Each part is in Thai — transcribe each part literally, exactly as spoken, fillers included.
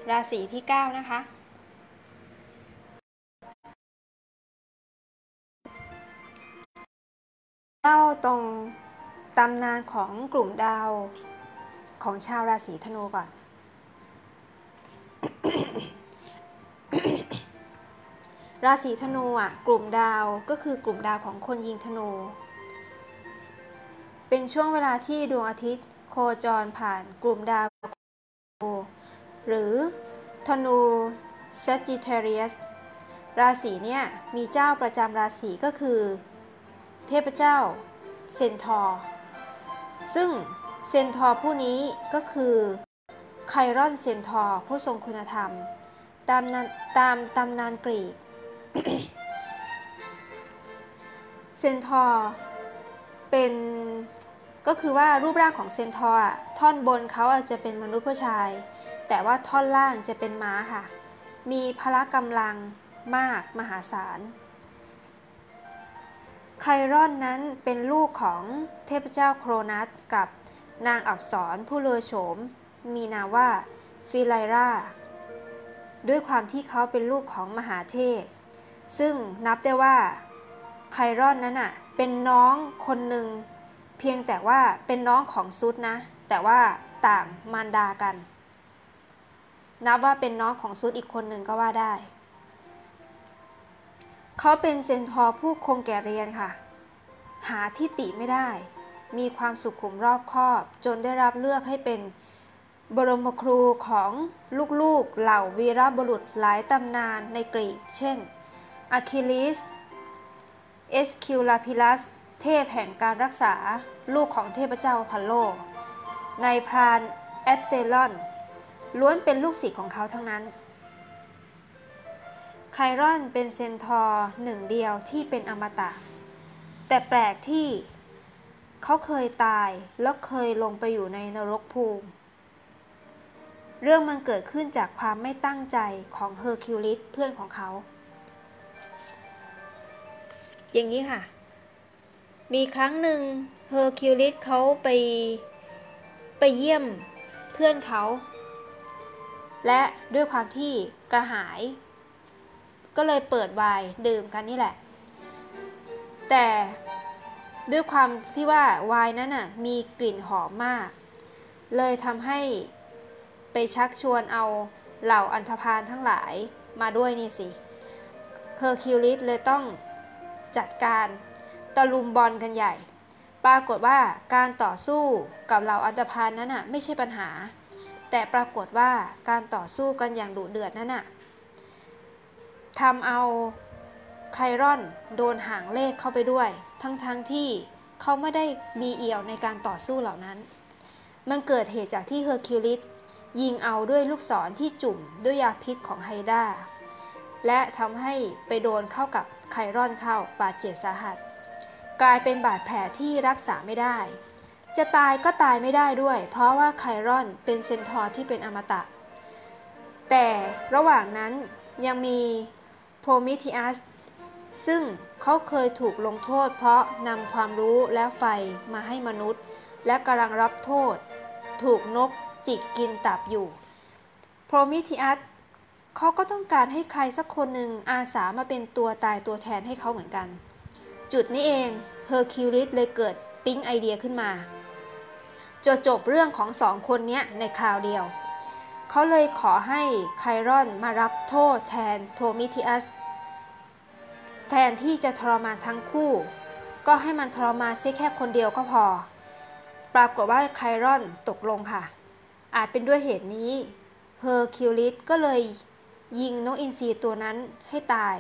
ราศีที่เก้านะคะเล่าตรงตำนานของกลุ่มดาวของชาวราศีธนูก่อน ราศีธนูอ่ะกลุ่มดาวก็คือกลุ่มดาวของคนยิงธนูเป็นช่วงเวลาที่ดวงอาทิตย์โคจรผ่านกลุ่มดาวหรือธนู Sagittarius ราศีเนี่ยมีเจ้าประจำราศีก็คือเทพเจ้าเซนทอร์ซึ่งเซนทอร์ผู้นี้ก็คือไครอนเซนทอร์ผู้ทรงคุณธรรมตามตามตำนานกรีก เซนทอร์เป็นก็คือว่ารูปร่างของเซนทอร์ท่อนบนเขาอาจจะเป็นมนุษย์ผู้ชายแต่ว่าท่อนล่างจะเป็นม้าค่ะมีพละกำลังมากมหาศาลไครอนนั้นเป็นลูกของเทพเจ้าโครนัสกับนางอัปสรผู้เลอโฉมมีนามว่าฟิไลราด้วยความที่เขาเป็นลูกของมหาเทพซึ่งนับได้ว่าไครอนนั้นน่ะเป็นน้องคนหนึ่งเพียงแต่ว่าเป็นน้องของซุดนะแต่ว่าต่างมารดากันนับว่าเป็นน้องของซุดอีกคนหนึ่งก็ว่าได้เขาเป็นเซนทอร์ผู้คงแก่เรียนค่ะหาที่ติไม่ได้มีความสุขุมรอบคอบจนได้รับเลือกให้เป็นบรมครูของลูกๆเหล่าวีรบุรุษหลายตำนานในกรีกเช่นอะคิลิสเอสคิวลาพิลัสเทพแห่งการรักษาลูกของเทพเจ้าอพอลโลนายพรานแอตเตลอนล้วนเป็นลูกศิษย์ของเขาทั้งนั้นไครอนเป็นเซนทอร์หนึ่งเดียวที่เป็นอมตะแต่แปลกที่เขาเคยตายแล้วเคยลงไปอยู่ในนรกภูมิเรื่องมันเกิดขึ้นจากความไม่ตั้งใจของเฮอร์คิวลิสเพื่อนของเขาอย่างนี้ค่ะมีครั้งหนึ่งเฮอร์คิวลิสเขาไปไปเยี่ยมเพื่อนเขาและด้วยความที่กระหายก็เลยเปิดไวน์ดื่มกันนี่แหละแต่ด้วยความที่ว่าไวน์นั้นน่ะมีกลิ่นหอมมากเลยทำให้ไปชักชวนเอาเหล่าอันธพาลทั้งหลายมาด้วยนี่สิเฮอร์คิวลิสเลยต้องจัดการตะลุมบอลกันใหญ่ปรากฏว่าการต่อสู้กับเหล่าอันธพาลนั้นน่ะไม่ใช่ปัญหาแต่ปรากฏว่าการต่อสู้กันอย่างดุเดือดนั้นน่ะทำเอาไครอนโดนหางเลขเข้าไปด้วยทั้งๆ ท, ที่เขาไม่ได้มีเอี่ยวในการต่อสู้เหล่านั้นมันเกิดเหตุจากที่เฮอร์คิวลิสยิงเอาด้วยลูกศรที่จุ่มด้วยยาพิษของไฮดราและทำให้ไปโดนเข้ากับไครอนเข้าบาดเจ็บสาหัสกลายเป็นบาดแผลที่รักษาไม่ได้จะตายก็ตายไม่ได้ด้วยเพราะว่าไครอนเป็นเซนทอร์ที่เป็นอมตะแต่ระหว่างนั้นยังมีโพรมิธีอัสซึ่งเขาเคยถูกลงโทษเพราะนำความรู้และไฟมาให้มนุษย์และกำลังรับโทษถูกนกจิกกินตับอยู่โพรมิธีอัสเขาก็ต้องการให้ใครสักคนหนึ่งอาสามาเป็นตัวตายตัวแทนให้เขาเหมือนกันจุดนี้เองเฮอร์คิวลิสเลยเกิดปิ๊งไอเดียขึ้นมาจะจบเรื่องของสองคนนี้ในคราวเดียวเขาเลยขอให้ไครอนมารับโทษแทนโพรมิธีอัสแทนที่จะทรมานทั้งคู่ก็ให้มันทรมานเสียแค่คนเดียวก็พอปรากฏว่าไครอนตกลงค่ะอาจเป็นด้วยเหตุนี้เฮอร์คิวลิสก็เลยยิงนกอินทรีตัวนั้นให้ตาย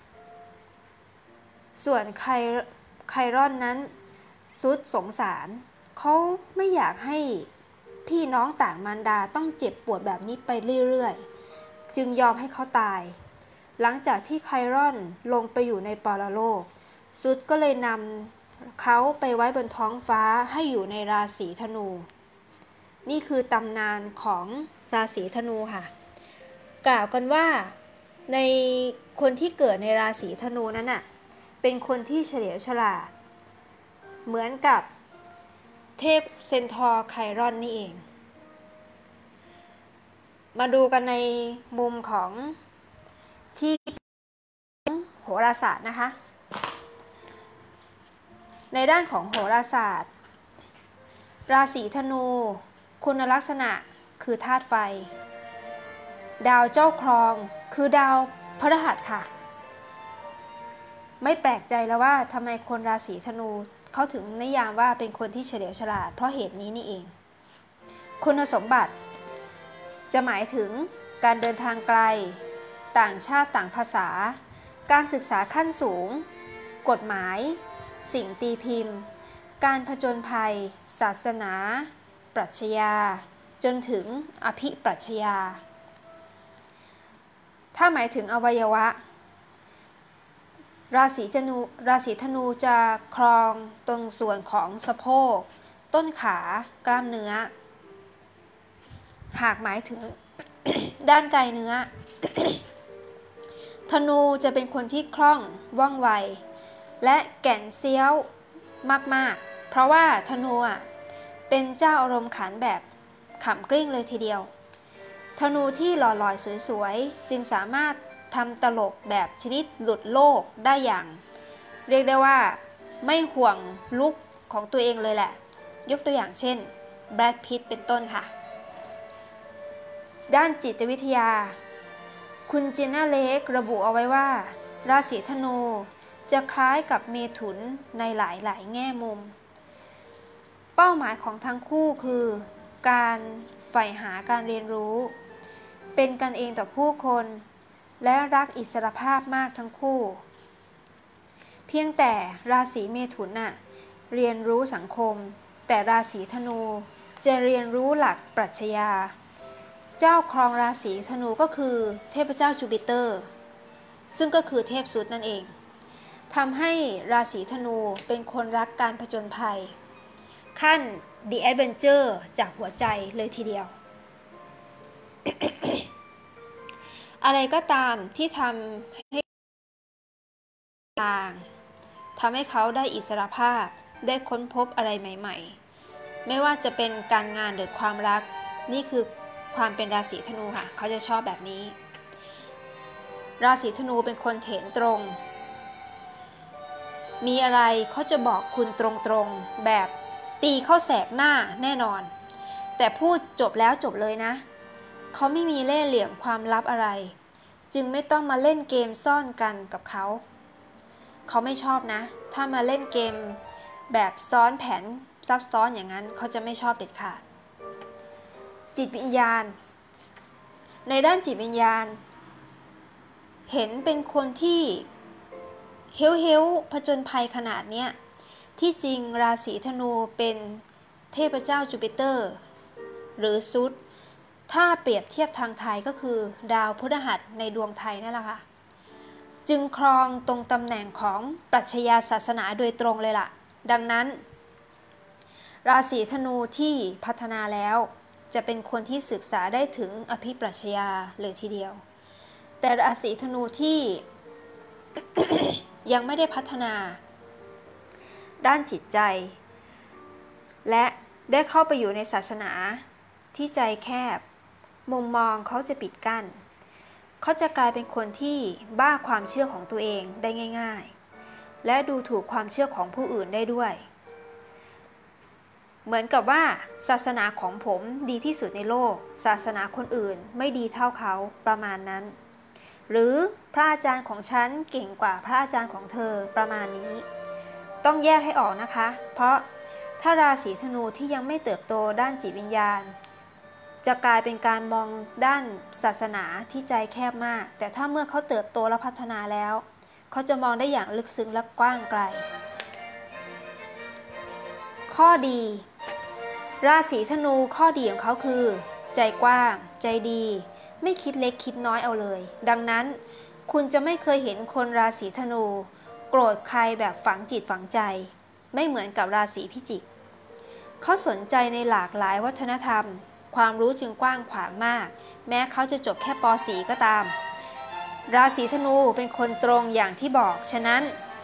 ส่วนไคไครอนนั้นซุดสงสารเขาไม่อยากให้พี่น้องต่างมารดาต้องเจ็บปวดแบบนี้ไปเรื่อยๆจึงยอมให้เขาตายหลังจากที่ไครอนลงไปอยู่ในปรโลกซุดก็เลยนำเขาไปไว้บนท้องฟ้าให้อยู่ในราศีธนูนี่คือตำนานของราศีธนูค่ะกล่าวกันว่าในคนที่เกิดในราศีธนูนั้นน่ะเป็นคนที่เฉลียวฉลาดเหมือนกับเทพเซนทอร์ไครอนนี่เองมาดูกันในมุมของที่โหราศาสตร์นะคะในด้านของโหราศาสตร์ราศีธนูคุณลักษณะคือธาตุไฟดาวเจ้าครองคือดาวพฤหัสค่ะไม่แปลกใจแล้วว่าทำไมคนราศีธนูเขาถึงนิยามว่าเป็นคนที่เฉลียวฉลาดเพราะเหตุนี้นี่เองคุณสมบัติจะหมายถึงการเดินทางไกลต่างชาติต่างภาษาการศึกษาขั้นสูงกฎหมายสิ่งตีพิมพ์การผจญภัยศาสนาปรัชญาจนถึงอภิปรัชญาถ้าหมายถึงอวัยวะราศีธนูราศีธนูจะครองตรงส่วนของสะโพกต้นขากล้ามเนื้อหากหมายถึง ด้านกายเนื้อ ธนูจะเป็นคนที่คล่องว่องไวและแก่นเซี้ยวมากๆเพราะว่าธนูอ่ะเป็นเจ้าอารมณ์ขันแบบขำกริ้งเลยทีเดียวธนูที่หล่อลอยสวยๆจึงสามารถทำตลกแบบชนิดหลุดโลกได้อย่างเรียกได้ว่าไม่ห่วงลุคของตัวเองเลยแหละยกตัวอย่างเช่นแบรดพิตต์เป็นต้นค่ะด้านจิตวิทยาคุณจีน่าเล็กระบุเอาไว้ว่าราศีธนูจะคล้ายกับเมถุนในหลายๆแง่มุมเป้าหมายของทั้งคู่คือการใฝ่หาการเรียนรู้เป็นกันเองต่อผู้คนและรักอิสรภาพมากทั้งคู่เพียงแต่ราศีเมถุนน่ะเรียนรู้สังคมแต่ราศีธนูจะเรียนรู้หลักปรัชญาเจ้าครองราศีธนูก็คือเทพเจ้าจูปิเตอร์ซึ่งก็คือเทพซุดนั่นเองทำให้ราศีธนูเป็นคนรักการผจญภัยขั้น The Adventure จากหัวใจเลยทีเดียว อะไรก็ตามที่ทำให้ต่างทำให้เขาได้อิสรภาพได้ค้นพบอะไรใหม่ๆไม่ว่าจะเป็นการงานหรือความรักนี่คือความเป็นราศีธนูค่ะเขาจะชอบแบบนี้ราศีธนูเป็นคนเถนตรงมีอะไรเขาจะบอกคุณตรงๆแบบตีเข้าแสกหน้าแน่นอนแต่พูดจบแล้วจบเลยนะเขาไม่มีเล่ห์เหลี่ยมความลับอะไรจึงไม่ต้องมาเล่นเกมซ่อนกันกับเขาเขาไม่ชอบนะถ้ามาเล่นเกมแบบซ้อนแผนซับซ้อนอย่างนั้นเขาจะไม่ชอบเด็ดขาดจิตวิญญาณในด้านจิตวิญญาณเห็นเป็นคนที่เฮลเฮลผจญภัยขนาดเนี้ยที่จริงราศีธนูเป็นเทพเจ้าจูปิเตอร์หรือซุดถ้าเปรียบเทียบทางไทยก็คือดาวพฤหัสในดวงไทยนั่นแหละค่ะจึงครองตรงตำแหน่งของปรัชญาศาสนาโดยตรงเลยล่ะดังนั้นราศีธนูที่พัฒนาแล้วจะเป็นคนที่ศึกษาได้ถึงอภิปรัชญาเลยทีเดียวแต่ราศีธนูที่ ยังไม่ได้พัฒนาด้านจิตใจและได้เข้าไปอยู่ในศาสนาที่ใจแคบมุมมองเขาจะปิดกั้นเขาจะกลายเป็นคนที่บ้าความเชื่อของตัวเองได้ง่ายๆและดูถูกความเชื่อของผู้อื่นได้ด้วยเหมือนกับว่าศาสนาของผมดีที่สุดในโลกศาสนาคนอื่นไม่ดีเท่าเขาประมาณนั้นหรือพระอาจารย์ของฉันเก่งกว่าพระอาจารย์ของเธอประมาณนี้ต้องแยกให้ออกนะคะเพราะถ้าราศีธนูที่ยังไม่เติบโตด้านจิตวิญญาณจะกลายเป็นการมองด้านศาสนาที่ใจแคบมากแต่ถ้าเมื่อเขาเติบโตและพัฒนาแล้วเขาจะมองได้อย่างลึกซึ้งและกว้างไกลข้อดีราศีธนูข้อดีของเขาคือใจกว้างใจดีไม่คิดเล็กคิดน้อยเอาเลยดังนั้นคุณจะไม่เคยเห็นคนราศีธนูโกรธใครแบบฝังจิตฝังใจไม่เหมือนกับราศีพิจิกเขาสนใจในหลากหลายวัฒนธรรมความรู้จึงกว้างขวางมากแม้เขาจะจบแค่ป .สี่ ก็ตามราศีธนูเป็นคนตรงอย่างที่บอกฉะนั้น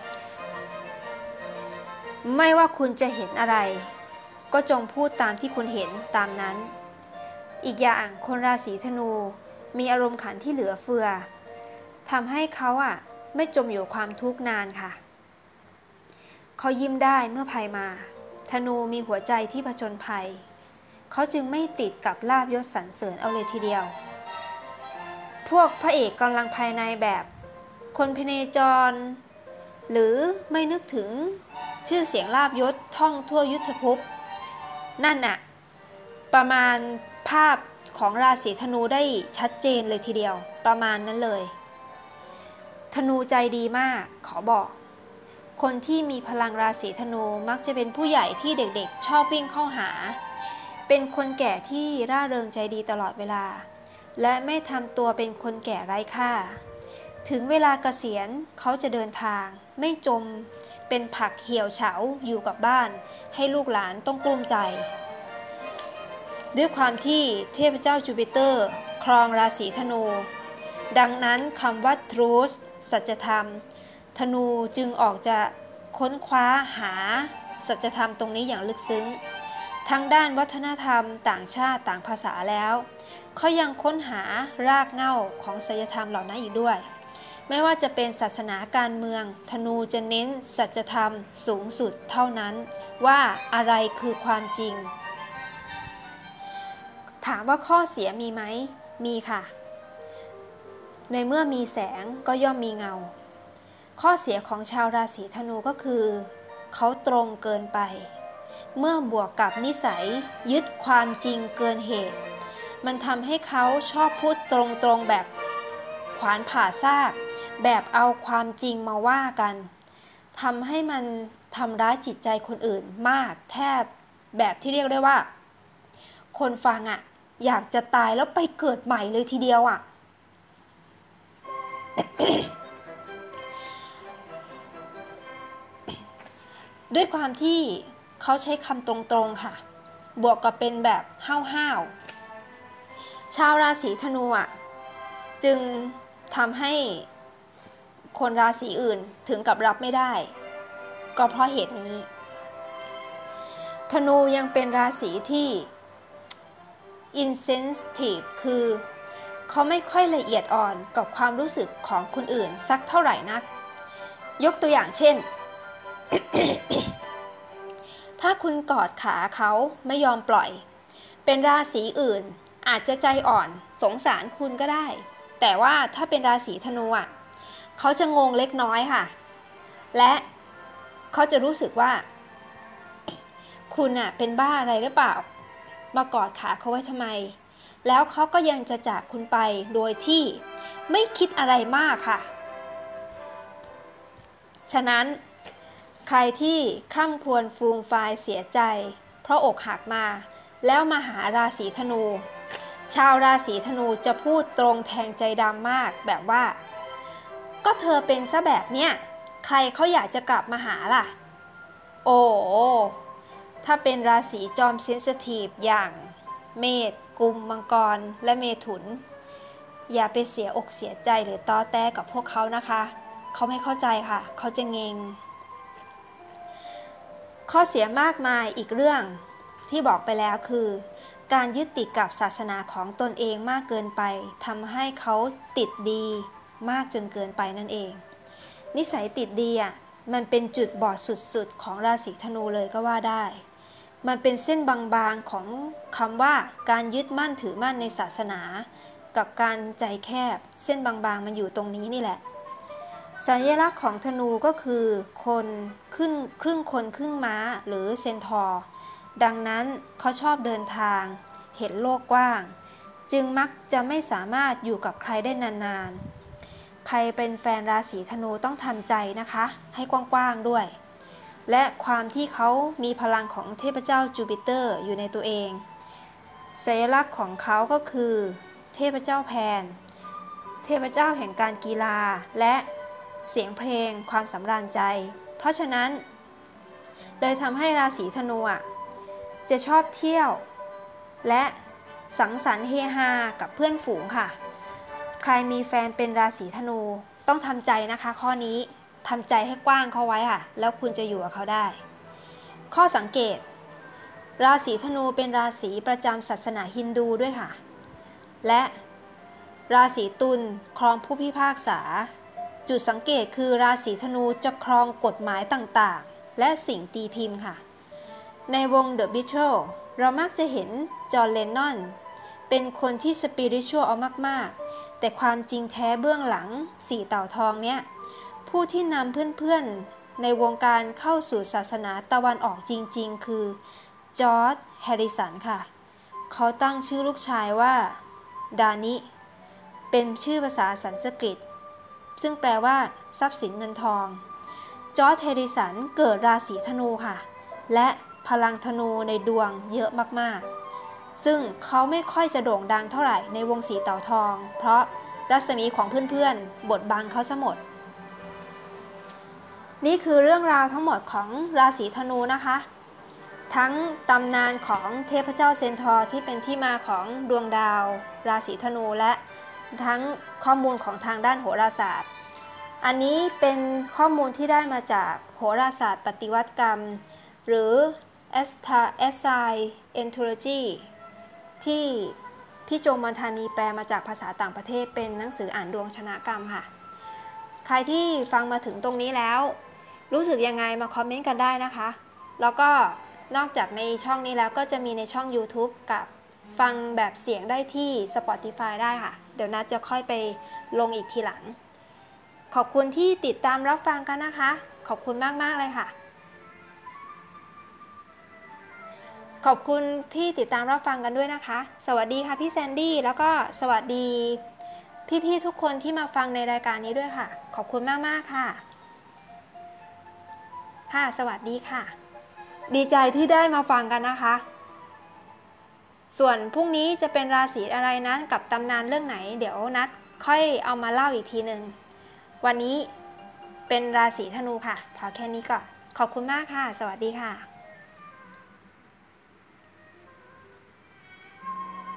ไม่ว่าคุณจะเห็นอะไรก็จงพูดตามที่คุณเห็นตามนั้นอีกอย่างคนราศีธนูมีอารมณ์ขันที่เหลือเฟือทำให้เขาอ่ะไม่จมอยู่ความทุกข์นานค่ะเขายิ้มได้เมื่อภัยมาธนูมีหัวใจที่ผจญภัยเขาจึงไม่ติดกับลาภยศสรรเสริญเอาเลยทีเดียวพวกพระเอกกำลังภายในแบบคนพเนจรหรือไม่นึกถึงชื่อเสียงลาภยศท่องทั่วยุทธภพนั่นน่ะประมาณภาพของราศีธนูได้ชัดเจนเลยทีเดียวประมาณนั้นเลยธนูใจดีมากขอบอกคนที่มีพลังราศีธนูมักจะเป็นผู้ใหญ่ที่เด็กๆชอบวิ่งเข้าหาเป็นคนแก่ที่ร่าเริงใจดีตลอดเวลาและไม่ทำตัวเป็นคนแก่ไร้ค่าถึงเวลาเกษียณเขาจะเดินทางไม่จมเป็นผักเหี่ยวเฉาอยู่กับบ้านให้ลูกหลานต้องกลุ้มใจด้วยความที่เทพเจ้าจูปิเตอร์ครองราศีธนูดังนั้นคำว่า truth สัจธรรมธนูจึงออกจะค้นคว้าหาสัจธรรมตรงนี้อย่างลึกซึ้งทั้งด้านวัฒนธรรมต่างชาติต่างภาษาแล้วเขายังค้นหารากเหง้าของสัจธรรมเหล่านั้นอีกด้วยไม่ว่าจะเป็นศาสนาการเมืองธนูจะเน้นสัจธรรมสูงสุดเท่านั้นว่าอะไรคือความจริงถามว่าข้อเสียมีไหมมีค่ะในเมื่อมีแสงก็ย่อมมีเงาข้อเสียของชาวราศีธนูก็คือเขาตรงเกินไปเมื่อบวกกับนิสัยยึดความจริงเกินเหตุมันทำให้เขาชอบพูดตรงๆแบบขวานผ่าซากแบบเอาความจริงมาว่ากันทำให้มันทำร้ายจิตใจคนอื่นมากแทบแบบที่เรียกได้ว่าคนฟังอ่ะอยากจะตายแล้วไปเกิดใหม่เลยทีเดียวอ่ะ ด้วยความที่เขาใช้คำตรงๆค่ะบวกกับเป็นแบบห้าวๆชาวราศีธนูอ่ะจึงทำให้คนราศีอื่นถึงกับรับไม่ได้ก็เพราะเหตุนี้ธนูยังเป็นราศีที่ insensitive คือเขาไม่ค่อยละเอียดอ่อนกับความรู้สึกของคนอื่นสักเท่าไหร่นักยกตัวอย่างเช่น ถ้าคุณกอดขาเขาไม่ยอมปล่อยเป็นราศีอื่นอาจจะใจอ่อนสงสารคุณก็ได้แต่ว่าถ้าเป็นราศีธนูอ่ะเขาจะงงเล็กน้อยค่ะและเขาจะรู้สึกว่าคุณอ่ะเป็นบ้าอะไรหรือเปล่ามากอดขาเขาไว้ทำไมแล้วเขาก็ยังจะจากคุณไปโดยที่ไม่คิดอะไรมากค่ะฉะนั้นใครที่คร่ำครวญฟูมฟายเสียใจเพราะอกหักมาแล้วมาหาราศีธนูชาวราศีธนูจะพูดตรงแทงใจดำมากแบบว่าก็เธอเป็นซะแบบเนี้ยใครเขาอยากจะกลับมาหาล่ะโอ้ถ้าเป็นราศีจอมเซนซิทีฟอย่างเมษกุมมังกรและเมถุนอย่าไปเสียอกเสียใจหรือต้อแต้กับพวกเขานะคะเขาไม่เข้าใจค่ะเขาจะเงงข้อเสียมากมายอีกเรื่องที่บอกไปแล้วคือการยึดติดกับศาสนาของตนเองมากเกินไปทำให้เขาติดดีมากจนเกินไปนั่นเองนิสัยติดดีอ่ะมันเป็นจุดบอดสุดๆของราศีธนูเลยก็ว่าได้มันเป็นเส้นบางๆของคำว่าการยึดมั่นถือมั่นในศาสนากับการใจแคบเส้นบางๆมันอยู่ตรงนี้นี่แหละสัญลักษณ์ของธนูก็คือคนขึ้นครึ่งคนครึ่งม้าหรือเซนทอร์ดังนั้นเขาชอบเดินทางเห็นโลกกว้างจึงมักจะไม่สามารถอยู่กับใครได้นานๆใครเป็นแฟนราศีธนูต้องทำใจนะคะให้กว้างๆด้วยและความที่เขามีพลังของเทพเจ้าจูปิเตอร์อยู่ในตัวเองสัญลักษณ์ของเขาก็คือเทพเจ้าแพนเทพเจ้าแห่งการกีฬาและเสียงเพลงความสำราญใจเพราะฉะนั้นเลยทำให้ราศีธนูอ่ะจะชอบเที่ยวและสังสรรค์เฮฮากับเพื่อนฝูงค่ะใครมีแฟนเป็นราศีธนูต้องทำใจนะคะข้อนี้ทำใจให้กว้างเขาไว้ค่ะแล้วคุณจะอยู่กับเขาได้ข้อสังเกตราศีธนูเป็นราศีประจำศาสนาฮินดูด้วยค่ะและราศีตุลครองผู้พิพากษาจุดสังเกตคือราศีธนูจะครองกฎหมายต่างๆและสิ่งตีพิมพ์ค่ะในวง The Beatles เรามักจะเห็นจอห์น เลนนอนเป็นคนที่สปิริชวลเอามากๆแต่ความจริงแท้เบื้องหลังสี่เต่าทองเนี่ยผู้ที่นำเพื่อนๆในวงการเข้าสู่ศาสนาตะวันออกจริงๆคือจอร์จ แฮร์ริสันค่ะเขาตั้งชื่อลูกชายว่าดานิเป็นชื่อภาษาสันสกฤตซึ่งแปลว่าทรัพย์สินเงินทองจอร์จ แฮร์ริสันเกิดราศีธนูค่ะและพลังธนูในดวงเยอะมากๆซึ่งเขาไม่ค่อยจะโด่งดังเท่าไหร่ในวงสีเต่าทองเพราะรัศมีของเพื่อนๆบดบังเขาซะหมดนี่คือเรื่องราวทั้งหมดของราศีธนูนะคะทั้งตำนานของเทพเจ้าเซนทอร์ที่เป็นที่มาของดวงดาวราศีธนูและทั้งข้อมูลของทางด้านโหราศาสตร์อันนี้เป็นข้อมูลที่ได้มาจากโหราศาสตร์ปฏิวัติกรรมหรือ Astrology ที่พี่โจมอนทานีแปลมาจากภาษาต่างประเทศเป็นหนังสืออ่านดวงชนะกรรมค่ะใครที่ฟังมาถึงตรงนี้แล้วรู้สึกยังไงมาคอมเมนต์กันได้นะคะแล้วก็นอกจากในช่องนี้แล้วก็จะมีในช่อง YouTube กับฟังแบบเสียงได้ที่ Spotify ได้ค่ะเดี๋ยวนัดจะค่อยไปลงอีกทีหลังขอบคุณที่ติดตามรับฟังกันนะคะขอบคุณมากๆเลยค่ะขอบคุณที่ติดตามรับฟังกันด้วยนะคะสวัสดีค่ะพี่แซนดี้แล้วก็สวัสดีพี่ๆทุกคนที่มาฟังในรายการนี้ด้วยค่ะขอบคุณมากๆค่ะค่ะสวัสดีค่ะดีใจที่ได้มาฟังกันนะคะส่วนพรุ่งนี้จะเป็นราศีอะไรนั้นกับตำนานเรื่องไหนเดี๋ยวนัดค่อยเอามาเล่าอีกทีหนึ่งวันนี้เป็นราศีธนูค่ะพอแค่นี้ก่อนขอบคุณมากค่ะสวัสดีค่ะ